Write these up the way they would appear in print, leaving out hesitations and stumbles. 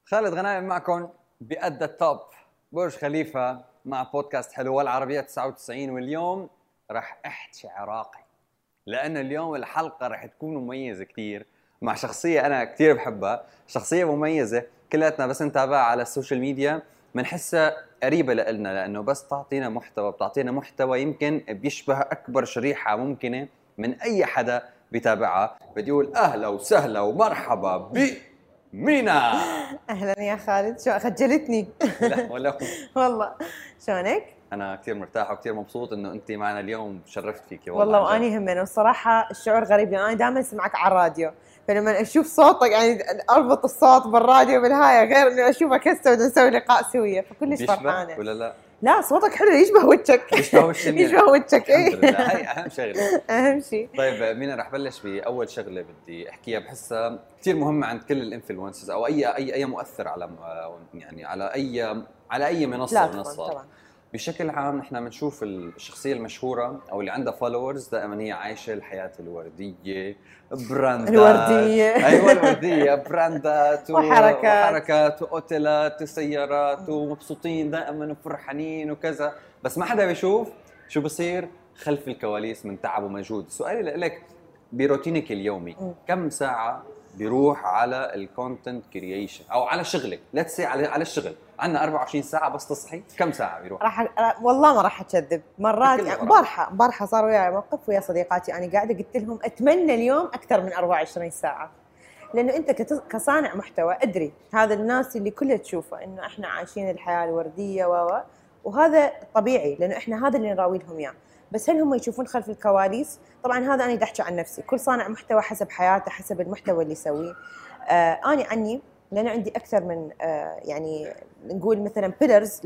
خالد غنايم معكم بقد التوب برج خليفة مع بودكاست حلو والعربية 99. واليوم رح احكي عراقي لأن اليوم الحلقة رح تكون مميزة كتير مع شخصية أنا كتير بحبها. شخصية مميزة كلاتنا بس نتابعها على السوشيال ميديا منحسها قريبة لنا، لأنه بس تعطينا محتوى بتعطينا محتوى يمكن بيشبه أكبر شريحة ممكنة من أي حدا بيتابعها. بدي أقول أهلا وسهلا ومرحبا مينا. اهلا يا خالد، شو خجلتني؟ لا ولا والله شلونك؟ انا كثير مرتاح وكثير مبسوط انه انت معنا اليوم. شرفت فيكي والله عن جد. واني همين والصراحه الشعور غريب لان انا دائما اسمعك على الراديو، فلما اشوف صوتك يعني اربط الصوت بالراديو بالهاي غير انه اشوفك هسه ونسوي لقاء سويه فكلش فرحانه. ولا لا؟ لا صوتك حلو، يشبه وجهك. يشبه وجهي. يشبه وجهك. الحمد لله، هي اهم شغله. اهم شيء. طيب مينا، رح بلش باول شغله بدي احكيها بحسها كثير مهمه عند كل الانفلونسرز او اي مؤثر على يعني على اي منصه من المنصات. طبعا بشكل عام نحن بنشوف الشخصيه المشهوره او اللي عندها فولورز دائما هي عايشه الحياه الورديه، براندات الورديه. ايوه الورديه، براندات وحركات واوتيلات وسيارات ومبسوطين دائما وفرحانين وكذا، بس ما حدا بيشوف شو بصير خلف الكواليس من تعب ومجهود. سؤالي لك بروتينك اليومي كم ساعه بيروح على الكونتنت كرييشن او على شغلك؟ ليتس سي على الشغل عندنا 24 ساعه بس تصحي، كم ساعه بيروح؟ والله ما راح اكذب، مرات يعني امبارحه صار وياي موقف ويا صديقاتي، انا قاعده قلت لهم اتمنى اليوم اكثر من 24 ساعه، لانه انت كصانع محتوى ادري هذا الناس اللي كلها تشوفه انه احنا عايشين الحياه الورديه وهذا طبيعي لانه احنا هذا اللي نراوي لهم اياه، بس هل هم يشوفون خلف الكواليس؟ طبعا هذا انا احكي عن نفسي، كل صانع محتوى حسب حياته حسب المحتوى اللي يسويه. انا عني لأن عندي أكثر من يعني نقول مثلا بيلرز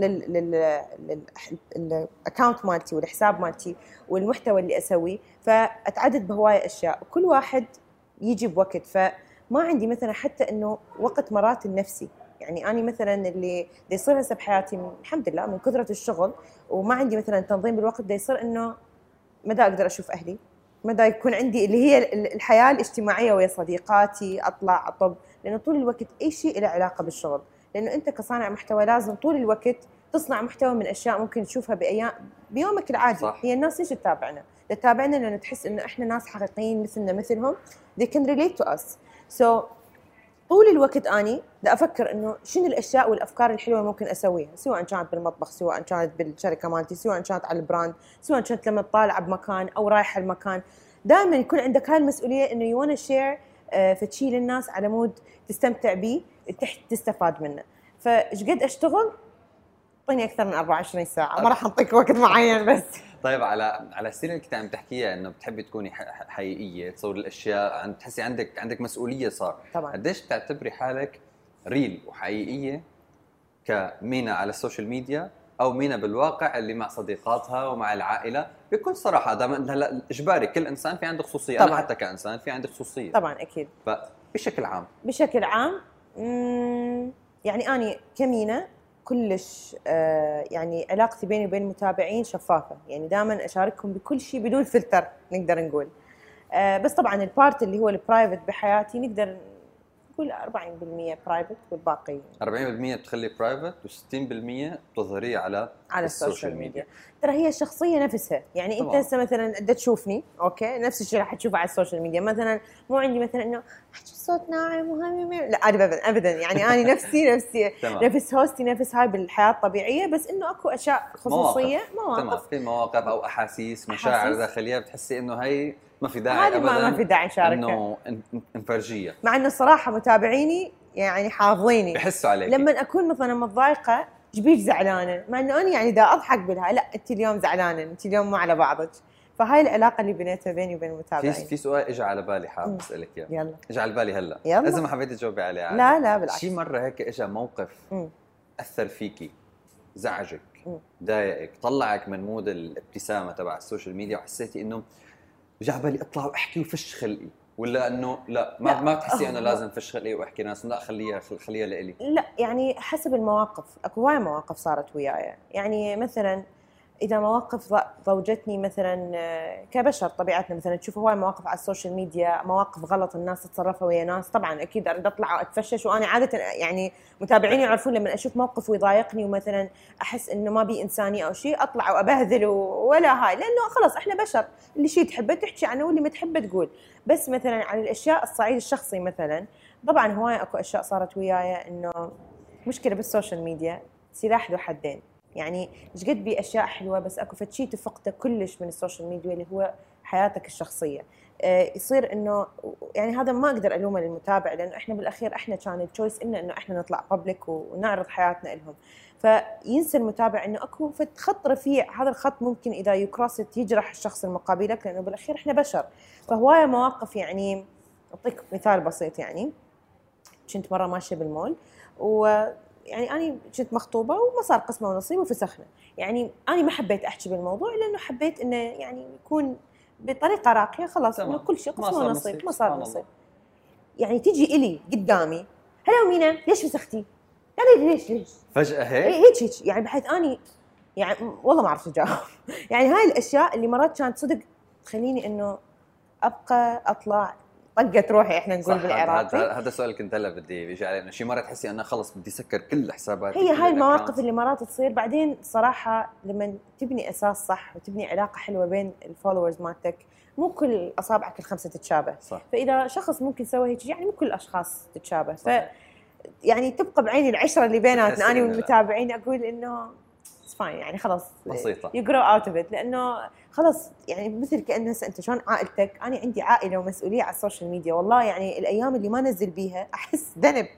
للأكاونت مالتي والحساب مالتي والمحتوى اللي أسويه، فأتعدد بهواية أشياء وكل واحد يجي بوقت، فما عندي مثلا حتى إنه وقت مرات النفسي. يعني أنا مثلا اللي يصير هسه بحياتي الحمد لله من كثرة الشغل وما عندي مثلا تنظيم بالوقت، ده يصير إنه مدى أقدر أشوف أهلي، مدى يكون عندي اللي هي الحياة الاجتماعية ويا صديقاتي، أطلع أطب، لأنه طول الوقت أي شيء له علاقة بالشغل، لأنه أنت كصانع محتوى لازم طول الوقت تصنع محتوى من أشياء ممكن تشوفها بيومك العادي. صح. هي الناس ليش تتابعنا؟ تتابعنا لأنه تحس إنه إحنا ناس حقيقيين مثلنا مثلهم، they can relate to us. so طول الوقت أني دا أفكر إنه شنو الأشياء والأفكار الحلوة اللي ممكن أسويها، سواء كانت بالمطبخ، سواء كانت بالشركة مالتي، سواء كانت على البراند، سواء كانت لما طالعة بمكان أو رايحة المكان. دائما يكون عندك هاي المسؤولية إنه you wanna share فتشيل الناس على مود تستمتع به، تستفاد منه. فإيش قد أشتغل؟ أعطيني أكثر من 24 ساعة، ما راح أعطيك وقت معين بس. طيب على السيره اللي كنت عم تحكيها انه بتحبي تكوني حقيقيه، تصور الاشياء، تحسي عندك مسؤوليه صار. طبعا. قديش بتعتبري حالك ريل وحقيقيه كمينا على السوشيال ميديا او مينا بالواقع اللي مع صديقاتها ومع العائله؟ بكل صراحه دائما هلا اجباري كل انسان في عنده خصوصيه، انا حتى كانسان في عندي خصوصيه طبعا اكيد. فبشكل عام يعني اني كمينا كلش يعني علاقتي بيني وبين المتابعين شفافه، يعني دائما اشاركهم بكل شيء بدون فلتر نقدر نقول. بس طبعا البارت اللي هو البرايفت بحياتي نقدر نقول 40% برايفت والباقي 40% بتخلي برايفت و60% بتظهريه على السوشيال ميديا. ترى هي الشخصيه نفسها، يعني طبعا. انت هسه مثلا بدك تشوفني اوكي نفس الشيء راح تشوفه على السوشيال ميديا، مثلا مو عندي مثلا انه احكي صوت ناعم وهم لا ابدا يعني انا نفسي نفس هوستي نفس هاي بالحياه الطبيعيه، بس انه اكو اشياء خصوصيه مواقف في مواقف او احاسيس مشاعر داخليه بتحسي انه هي ما في داعي ابدا، ما في داعي نشاركها انه نفرجيها، مع انه الصراحه متابعيني يعني حافظيني بحسوا عليك لما اكون مثلا متضايقه جبيش زعلانه، مع انه انا يعني دا اضحك بالها، لا انت اليوم زعلانه، انت اليوم مو على بعضك. فهاي العلاقه اللي بنيتها بيني وبين المتابعين. في سؤال اجى على بالي حابب اسالك اياه. يلا اجى على بالي هلا، اذا ما حبيتي تجاوبي عليه عادي. لا بالعكس. شي مره هيك اجى موقف اثر فيكي، زعجك، ضايقك، طلعك من مود الابتسامه تبع السوشيال ميديا وحسيتي انه جا بالي اطلع واحكي وفش خلقي، ولا انه لا ما بتحسي انه لازم فش خلقي واحكي ناس، لا خليها لإلي؟ لا يعني حسب المواقف، اكو هواي مواقف صارت وياي، يعني مثلا اذا مواقف ضوجتني مثلا كبشر طبيعتنا، مثلا تشوف هواي مواقف على السوشيال ميديا، مواقف غلط الناس تتصرفها ويا ناس، طبعا اكيد اريد اطلع واتفشش. وانا عاده يعني متابعيني يعرفون لما اشوف موقف ويضايقني ومثلا احس انه ما بي انساني او شيء اطلع وابهذل ولا هاي، لانه خلاص احنا بشر، اللي شيء تحبه تحكي عنه واللي ما تحبه تقول. بس مثلا على الاشياء الصعيد الشخصي مثلا، طبعا هواي اكو اشياء صارت وياي انه مشكله بالسوشيال ميديا سلاح ذو حدين. يعني ايش قد بي اشياء حلوه بس اكو فد شيء تفقده كلش من السوشيال ميديا اللي هو حياتك الشخصيه. يصير انه يعني هذا ما اقدر الومه للمتابع، لانه احنا بالاخير احنا كان التشويس انه احنا نطلع بابليك ونعرض حياتنا لهم. فينسى المتابع انه اكو فد خط رفيع، هذا الخط ممكن اذا يكروست يجرح الشخص المقابلك، لانه بالاخير احنا بشر. فهوايه مواقف، يعني اعطيك مثال بسيط. يعني كنت مره ماشيه بالمول يعني أنا كنت مخطوبة وما صار قسمة ونصيب وفسخنا. يعني أنا ما حبيت أحكي بالموضوع لأنه حبيت إنه يعني يكون بطريقة راقية، خلاص إنه كل شيء قسمة ونصيب، ما صار نصيب. يعني تيجي إلي قدامي هلا مينا ليش فسختي؟ يعني ليش فجأة هيك؟ هيك يعني بحيث أني يعني والله ما أعرف أجاوب. يعني هاي الأشياء اللي مرات كانت صدق تخليني إنه أبقى أطلع طقت روحي، احنا نقول بالعراقي. هذا سؤال كنت هلا بدي بيجي علي، انه شي مره تحسي انه خلص بدي سكر كل حساباتي. هي هاي المواقف اللي مرات تصير. بعدين صراحه لما تبني اساس صح وتبني علاقه حلوه بين الفولورز مالتك، مو كل اصابعك الخمسه تتشابه صح. فاذا شخص ممكن يسوي هيك يعني مو كل الاشخاص تتشابه ف يعني تبقى بعيني العشره اللي بيناتنا انا والمتابعين اقول انه فاين، يعني خلاص بسيطه يو جرو اوت اوف ات، لانه خلاص يعني مثل كأنه انت شلون عائلتك، انا عندي عائله ومسؤوليه على السوشيال ميديا. والله يعني الايام اللي ما نزل بيها احس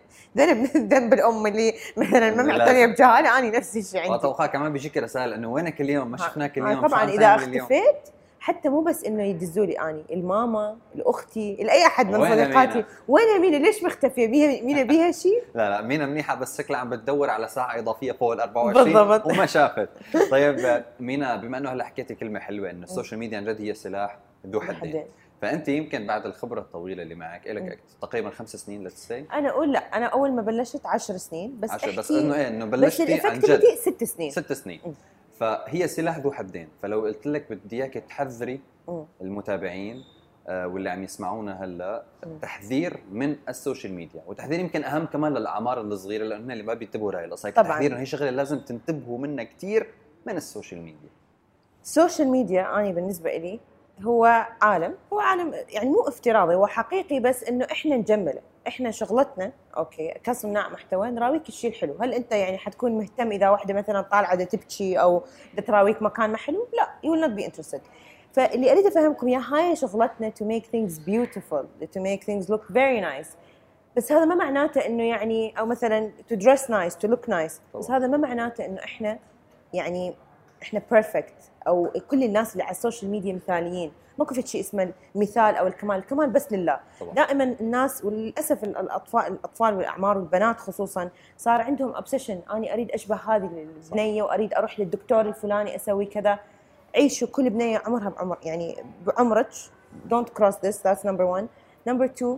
ذنب الام اللي مثلا ما معتنيه بجهالها، انا نفس الشيء عندي. واتوقع كمان بيجيك رسائل انه وينك اليوم، ما شفناك اليوم. طبعا اذا اختفيت حتى مو بس انه يدزوا لي اني الماما لاختي لاي احد من صديقاتي، وين مينا ليش مختفيه؟ مينا بيها شيء؟ لا مينا منيحه بس شكلها عم بتدور على ساعه اضافيه فوق ال 24 بالضبط. وما شافت. طيب مينا، بما انه هلا حكيتي كلمه حلوه انه السوشيال ميديا عن جد هي سلاح ذو حدين، فانت يمكن بعد الخبره الطويله اللي معك لك تقريبا 5 سنين لتسي. انا اقول لا، انا اول ما بلشت 10 سنين بس 10 بس انه بلشتي عن جد 6 سنين. فهي سلاح ذو حدين. فلو قلت لك بدي اياك تحذري المتابعين واللي عم يسمعونا هلا تحذير من السوشيال ميديا، وتحذير يمكن اهم كمان للاعمار الصغيره لانه اللي ما بينتبهوا لهي القصه، تحذير هي شغله لازم تنتبهوا منها كثير من السوشيال ميديا. السوشيال ميديا انا بالنسبه لي هو عالم يعني مو افتراضي، هو حقيقي، بس انه احنا نجمله. احنا شغلتنا اوكي كصناع محتوى نراويك الشيء الحلو. هل انت يعني حتكون مهتم اذا واحده مثلا طالعه تبكي او تراويك مكان ما حلو؟ لا، you will not be interested. فاللي اريد افهمكم اياه هاي شغلتنا to make things beautiful, to make things look very nice. بس هذا ما معناته انه يعني او مثلا to dress nice, to look nice. بس هذا ما معناته انه احنا يعني احنا بيرفكت او كل الناس اللي على السوشيال ميديا مثاليين. ماكو في شيء اسمه المثال او الكمال بس لله طبعا. دائما الناس وللاسف الاطفال والاعمار والبنات خصوصا صار عندهم اوبسيشن، اني اريد اشبه هذه البنيه واريد اروح للدكتور الفلاني اسوي كذا. عيشوا كل بنيه عمرها بعمر يعني بعمرك. don't cross this, that's number 1. number 2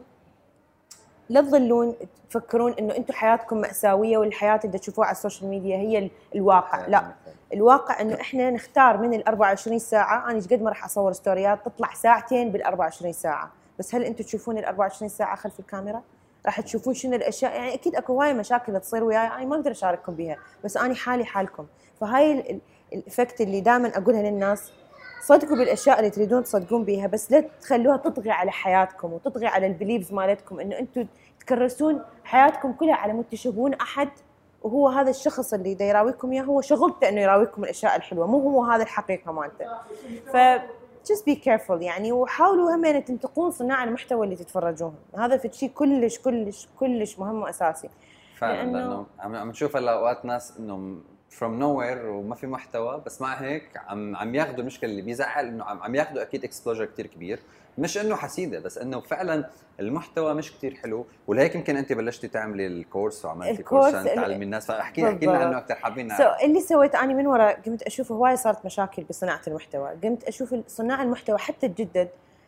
لا تظلون تفكرون انه انتم حياتكم مأساوية والحياة اللي تشوفوها على السوشيال ميديا هي الواقع. لا، الواقع انه احنا نختار من ال 24 ساعة. انا قد ما راح اصور ستوريات تطلع ساعتين بال 24 ساعة، بس هل انتم تشوفون ال 24 ساعة خلف الكاميرا؟ راح تشوفون شنو الاشياء. يعني اكيد اكو هواي مشاكل تصير وياي انا ما اقدر اشارككم بها، بس انا حالي حالكم. فهاي الافكت اللي دائما اقولها للناس، صدقوا بالاشياء اللي تريدون تصدقون بيها، بس لا تخلوها تطغي على حياتكم وتطغي على البليفز مالتكم، انه انتم تكرسون حياتكم كلها على مود تشوفون احد وهو هذا الشخص اللي دا يراويكم اياه هو شغلته انه يراويكم الاشياء الحلوه، مو هو هذا الحقيقه مالته. ف just be careful يعني، وحاولوا هم ان تنتقون صناع المحتوى اللي تتفرجوهم. هذا في شيء كلش كلش كلش مهم واساسي فعلا، لانه عم نشوف هلا اوقات ناس انه from nowhere وما في محتوى، بس مع هيك عم ياخذوا المشكله اللي بيزعل انه عم ياخذوا اكيد اكسبوجر كثير كبير، مش انه حسيده بس انه فعلا المحتوى مش كثير حلو. ولهيك يمكن انت بلشتي تعملي الكورس وعملتي كورس عشان تعلمي الناس. فاحكي لنا عنه اكثر، حابين اللي سويت اني من وراء قمت اشوف هواي صارت مشاكل بصناعه المحتوى. قمت اشوف صناع المحتوى حتى تجدد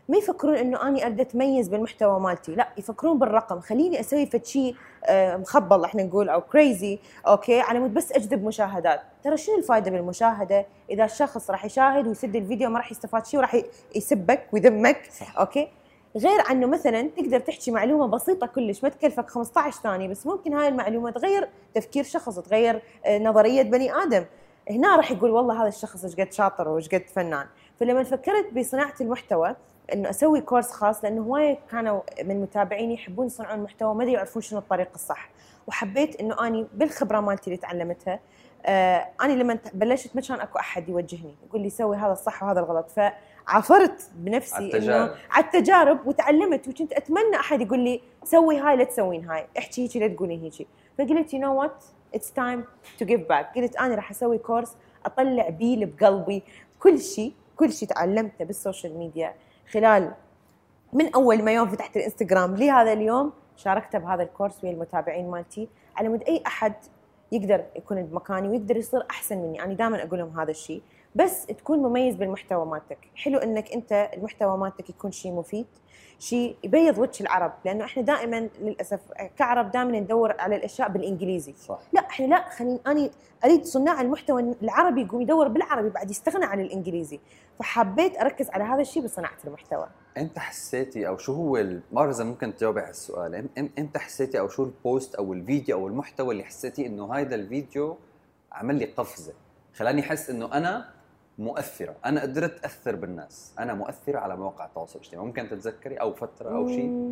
ما يفكرون انه اني اريد اتميز بالمحتوى مالتي، لا يفكرون بالرقم. خليني اسوي فد شيء مخبل احنا نقول او كريزي، اوكي، على مود بس اجذب مشاهدات. ترى شنو الفائده بالمشاهده اذا الشخص راح يشاهد ويسد الفيديو ما راح يستفاد شيء وراح يسبك ويذمك؟ صح. اوكي، غير عنه مثلا تقدر تحكي معلومه بسيطه كلش ما تكلفك 15 ثانيه، بس ممكن هاي المعلومه تغير تفكير شخص، تغير نظريه بني ادم. هنا راح يقول والله هذا الشخص ايش قد شاطر وايش قد فنان. فلما فكرت بصناعه المحتوى انه اسوي كورس خاص، لانه هوايه كانوا من متابعيني يحبون يصنعون محتوى ما يعرفون شنو الطريق الصح، وحبيت انه اني بالخبره مالتي اللي تعلمتها انا لما بلشت ما كان اكو احد يوجهني يقول لي سوي هذا الصح وهذا الغلط، فعافرت بنفسي انه على التجارب وتعلمت، وكنت اتمنى احد يقول لي سوي هاي لا تسوين هاي، احكي هيك لا تقولين هيك. فقلت يو نو وات اتس تايم تو جيف باك. قلت انا راح اسوي كورس اطلع بيه بقلبي كل شيء تعلمته بالسوشيال ميديا خلال من اول ما يوم فتحت الانستغرام لهذا اليوم، شاركته بهذا الكورس ويا المتابعين مالتي، على مود اي احد يقدر يكون بمكاني ويقدر يصير احسن مني. انا دائما اقول لهم هذا الشيء، بس تكون مميز بالمحتوى مالتك. حلو انك انت المحتوى مالتك يكون شيء مفيد، شيء يبيض وجه العرب، لانه احنا دائما للاسف كعرب دائما ندور على الاشياء بالانجليزي. صح. لا احنا لا، خليني اني اريد صناع المحتوى العربي يقوم يدور بالعربي بعد يستغنى عن الانجليزي، فحبيت اركز على هذا الشيء بصناعه المحتوى. انت حسيتي او شو هو ما بعرف اذا ممكن تجاوبي على السؤال، انت حسيتي او شو البوست او الفيديو او المحتوى اللي حسيتي انه هيدا الفيديو عمل لي قفزه، خلاني احس انه انا مؤثره، انا قدرت اثر بالناس، انا مؤثره على مواقع التواصل الاجتماعي؟ ممكن تتذكري او فتره او شيء؟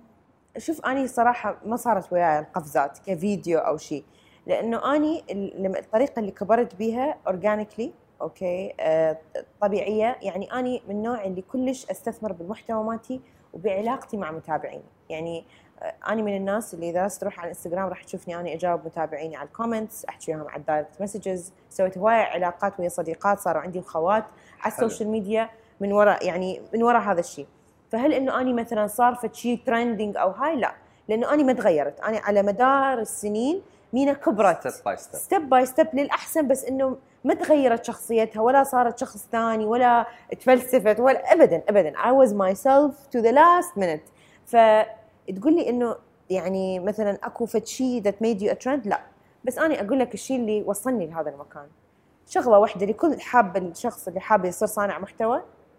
شوف اني صراحه ما صارت وياي القفزات كفيديو او شيء، لانه اني الطريقه اللي كبرت بيها اورجانيكلي، اوكي، طبيعيه. يعني اني من النوع اللي كلش استثمر بالمحتوى مالتي وبعلاقتي مع متابعيني. يعني اني من الناس اللي اذا تروح على الانستغرام راح تشوفني اني اجاوب متابعيني على الكومنتس، احكي وياهم على الدايركت مسجز، سويت هوايه علاقات ويا صديقات، صاروا عندي خوات على السوشيال ميديا من وراء، يعني من وراء هذا الشيء. فهل انه اني مثلا صار فد شيء ترندنج او هاي؟ لا، لانه اني ما تغيرت. اني على مدار السنين مينا كبرت ستيب باي ستيب للاحسن، بس انه ما تغيرت شخصيتها ولا صارت شخص ثاني ولا تفلسفت ولا ابدا ابدا. I was myself to the last minute. فتقول لي انه يعني مثلا اكو فد شيء that made you a trend، لا، بس اني اقول لك الشيء اللي وصلني لهذا المكان شغله واحده لكل حاب الشخص اللي حاب يصير صانع محتوى: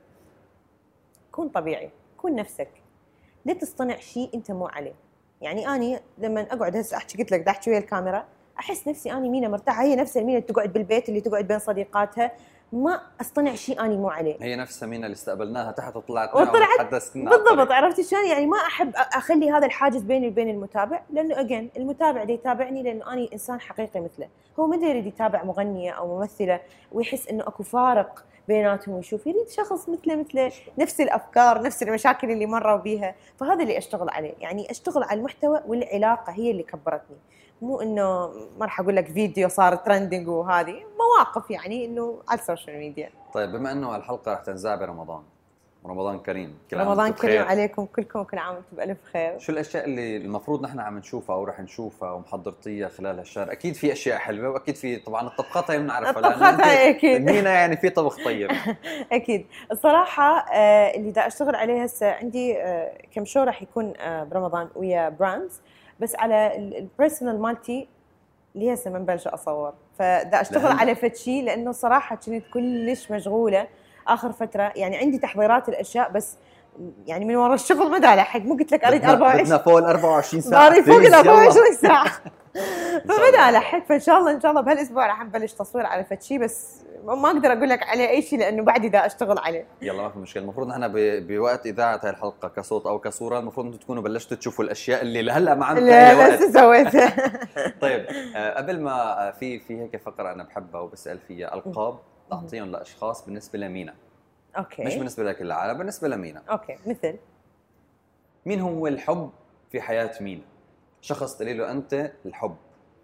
كون طبيعي، كون نفسك، لا تصطنع شيء انت مو عليه. يعني اني لما اقعد هسه احكي، قلت لك احكي ويا الكاميرا، احس نفسي اني مينا مرتاحه، هي نفس المينا اللي تقعد بالبيت اللي تقعد بين صديقاتها، ما اصطنع شيء اني مو عليه. هي نفسها مينا اللي استقبلناها تحت وطلعت بالضبط. عرفتي شلون؟ يعني ما احب اخلي هذا الحاجز بيني وبين المتابع، لانه اجين المتابع اللي يتابعني لانه اني انسان حقيقي مثله، هو ما يريد يتابع مغنيه او ممثله ويحس انه اكو فارق بيناتهم ويشوف، يريد شخص مثله نفس الافكار نفس المشاكل اللي مروا بيها. فهذا اللي اشتغل عليه، يعني اشتغل على المحتوى والعلاقه هي اللي كبرتني، مو انه ما راح اقول لك فيديو صار ترندنج، وهذه مواقف يعني انه على السوشيال ميديا. طيب بما انه الحلقه راح تنزع برمضان، رمضان كريم، رمضان كريم عليكم كلكم، وكل عام وانتم بألف خير. شو الاشياء اللي المفروض نحن عم نشوفها او رح نشوفها ومحضرتيها خلال هالشهر؟ اكيد في اشياء حلوه، واكيد في طبعا الطبخات هي بنعرفها، الطبخات هي اكيد مينا يعني في طبخ طيب. اكيد. الصراحه اللي دا اشتغل عليه هسه عندي كم شو راح يكون برمضان ويا براندز، بس على البيرسونال مالتي اللي هسه ما نبلش اصور، فدا اشتغل على فد شيء، لانه صراحه كنت كلش مشغوله اخر فتره. يعني عندي تحضيرات الاشياء، بس يعني من وراء الشغل ما دالحق. مو قلت لك اريد 24 بدنا فوق ال 24 ساعه، اريد فوق ال 24 ساعه فما دالحق. فان شاء الله بهالاسبوع راح نبلش تصوير على فد شيء، بس ما اقدر اقول لك عليه اي شيء لانه بعدي دا اشتغل عليه. يلا ما في مشكله. المفروض نحن بوقت اذاعه هاي الحلقه كصوت او كصوره المفروض انتم تكونوا بلشتوا تشوفوا الاشياء اللي لهلا ما عم تلاقي وقت سويتها. طيب قبل ما في هيك فقره انا بحبها وبسال فيها، القاب تعطيهم لاشخاص بالنسبه لمينا، اوكي، مش بالنسبه لكل العالم، بالنسبه لمينا. اوكي، مثل مين هو الحب في حياه مينا؟ شخص تقولي له انت الحب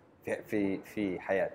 في حياتي.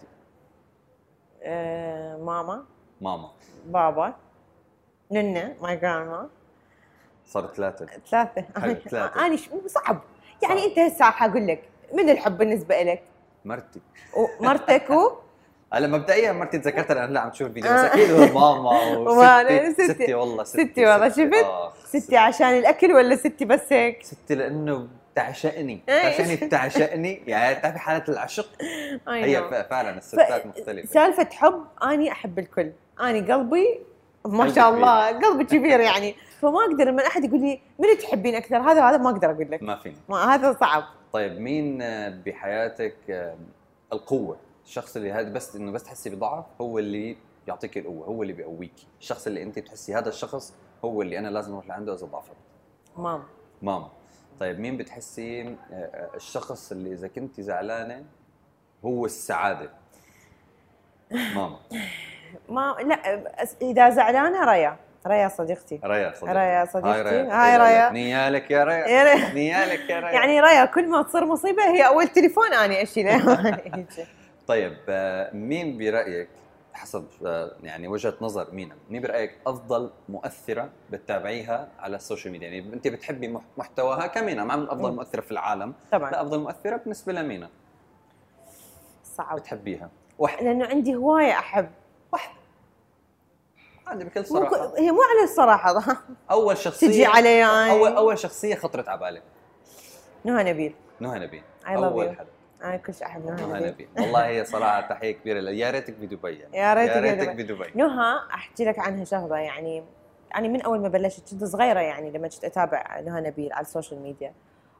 ماما، بابا، ننة ماي جراندما. صار ثلاثة. أنا صعب يعني. أنت هسه حقول لك من الحب بالنسبة لك؟ مرتي ومرتك هلا مبدئيا مرتي تذكرت انا هلا عم تشوف الفيديو بس اكيد هو ماما وستي. ستي والله ستي والله شفت. ستي عشان الاكل ولا ستي بس هيك؟ ستي لانه بتعشقني يعني تعرفي حاله العشق. هي فعلا الستات مختلفه. سالفه حب اني احب الكل، اني قلبي ما شاء الله قلبي كبير يعني، فما اقدر لما احد يقول لي من تحبين اكثر هذا ما اقدر اقول لك، ما فيني، هذا صعب. طيب مين بحياتك القوه؟ الشخص اللي هذا بس تحسي بضعف هو اللي يعطيك القوه، هو اللي بيقويكي، الشخص اللي انت بتحسي هذا الشخص هو اللي انا لازم اروح لعنده اذا ضعفت؟ ماما. طيب مين بتحسي الشخص اللي اذا كنتي زعلانه هو السعاده؟ ماما. لا اذا زعلانه ريا صديقتي. هاي ريا. نيالك يا ريا. نيالك يا ريا. يعني ريا كل ما تصير مصيبه هي اول تليفون اني اشيله. طيب مين برايك حسب يعني وجهه نظر مين برايك افضل مؤثره بتتابعيها على السوشيال ميديا؟ يعني انت بتحبي محتواها كمينا، ما من افضل مؤثره في العالم طبعا، لا افضل مؤثره بالنسبه لمينا صعب بتحبيها؟ واحده، لانه عندي هوايه احب واحده عندي بكل صراحه. هي مو على الصراحه. اول شخصيه تجي علي يعني اول شخصيه خطرت على بالك؟ نهى نبيل. اول حدا انا كل شيء احب نهى نبيل. والله هي صراحه تحيه كبيره يا ريتك بدبي يعني. يا ريتك بدبي. نهى احكي لك عنها شغله، يعني انا من اول ما بلشت كنت صغيره يعني لما كنت اتابع نهى نبيل على السوشيال ميديا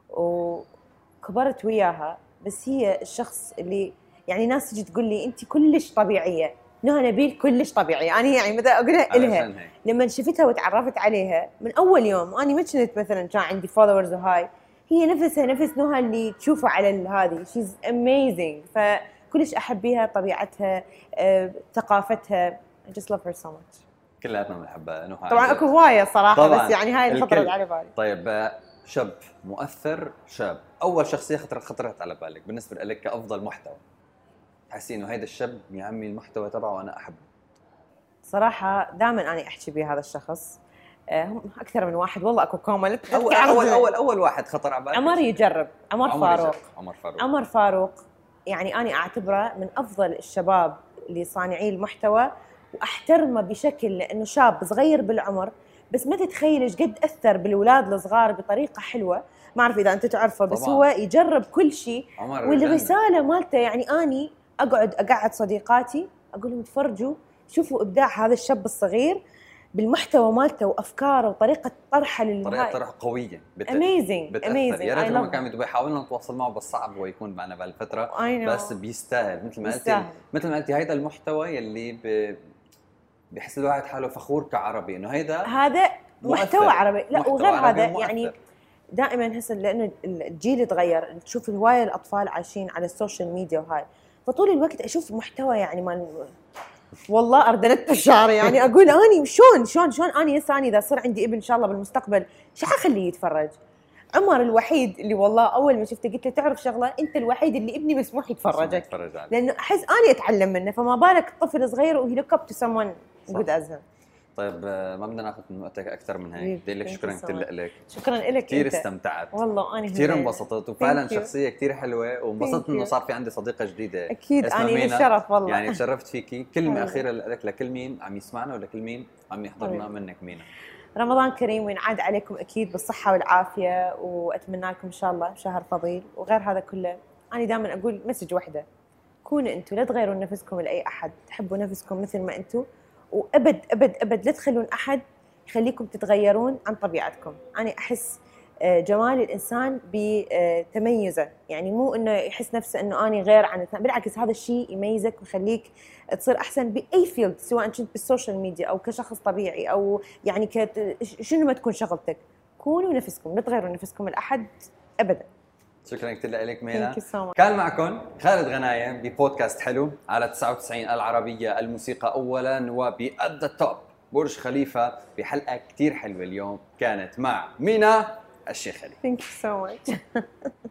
وكبرت وياها، بس هي الشخص اللي يعني ناس تجي تقول لي انت كلش طبيعيه، نهى نبيل كلش طبيعيه. انا يعني مثلا اقولها الها لما شفتها وتعرفت عليها من اول يوم، انا ما كنت مثلا كان عندي فولورز وهاي، هي نفسها نفس نهى اللي تشوفه على هذه، شيز اميزنج، فكلش احب بيها طبيعتها، ثقافتها. I just love her so much. كلياتنا بنحبها نهى. طبعا اكو هوايه صراحه بس يعني هاي اللي خطرت على بالي. طيب شاب مؤثر، اول شخصيه خطرت على بالك بالنسبه لك كافضل محتوى تحسي انه هيدا الشاب يا عمي المحتوى تبعه وانا احبه؟ صراحه دائما انا احكي به هذا الشخص، هم اكثر من واحد والله اكو كومل. اول واحد خطر على بالك عمر فاروق. يعني انا اعتبره من افضل الشباب اللي صانعين المحتوى واحترمه بشكل، لانه شاب صغير بالعمر بس ما تتخيل ايش قد اثر بالاولاد الصغار بطريقه حلوه. ما اعرف اذا انت تعرفه بس طبعاً. هو يجرب كل شيء والرساله مالته، يعني اني اقعد صديقاتي اقول لهم تفرجوا شوفوا ابداع هذا الشاب الصغير بالمحتوى مالته وافكاره وطريقه طرحه طريقه طرح قويه اميزنج. يا ريت لما كان بدبي حاولنا نتواصل معه بس صعب هو يكون معنا بهالفتره، بس بيستاهل مثل ما قلتي هيدا المحتوى يلي بحس الواحد حاله فخور كعربي انه هذا محتوى عربي. لا وغير هذا يعني دائما هسه لانه الجيل تغير، تشوف هوايه الاطفال عايشين على السوشيال ميديا وهاي، فطول الوقت اشوف محتوى يعني مال والله اردنت بالشعر، يعني اقول اني شلون اني هسه اذا صار عندي ابن ان شاء الله بالمستقبل شو حخليه يتفرج؟ عمر الوحيد اللي والله اول ما شفته قلت له تعرف شغله، انت الوحيد اللي ابني مسموح يتفرجك، لانه احس اني اتعلم منه، فما بالك طفل صغير وهي لوك اب تو سمون جود از هيم. طيب ما بدنا ناخذ من وقتك اكثر من هيك، بدي لك شكرا كثير لك. شكرا لك كثير استمتعت والله، انا كثير انبسطت وفعلا شخصيه كثير حلوه، وانبسطت انه صار في عندي صديقه جديده. اكيد اني الشرف والله، يعني تشرفت فيكي. كلمه اخيره لك لكل مين عم يسمعنا ولا كل مين عم يحضرنا منك مينا؟ رمضان كريم وينعاد عليكم اكيد بالصحه والعافيه، واتمنى لكم ان شاء الله شهر فضيل. وغير هذا كله انا دائما اقول مسج واحده، كونوا انتم، لا تغيروا نفسكم لاي احد، تحبوا نفسكم مثل ما انتم، وابد ابد ابد لا تخلون احد يخليكم تتغيرون عن طبيعتكم. انا احس جمال الانسان بتميزه، يعني مو انه يحس نفسه انه اني غير عن الثاني، بالعكس هذا الشيء يميزك ويخليك تصير احسن باي فيلد، سواء كنت بالسوشيال ميديا او كشخص طبيعي او يعني شنو ما تكون شغلتك. كونوا نفسكم، لا تغيروا نفسكم لاحد ابدا. شكرا كثير لك مينا. كان معكم خالد غنايم ببودكاست حلو على 99 العربية، الموسيقى أولا وبأد التوب برج خليفة، بحلقة كثير حلوة اليوم كانت مع مينا الشيخ علي. Thank you so much.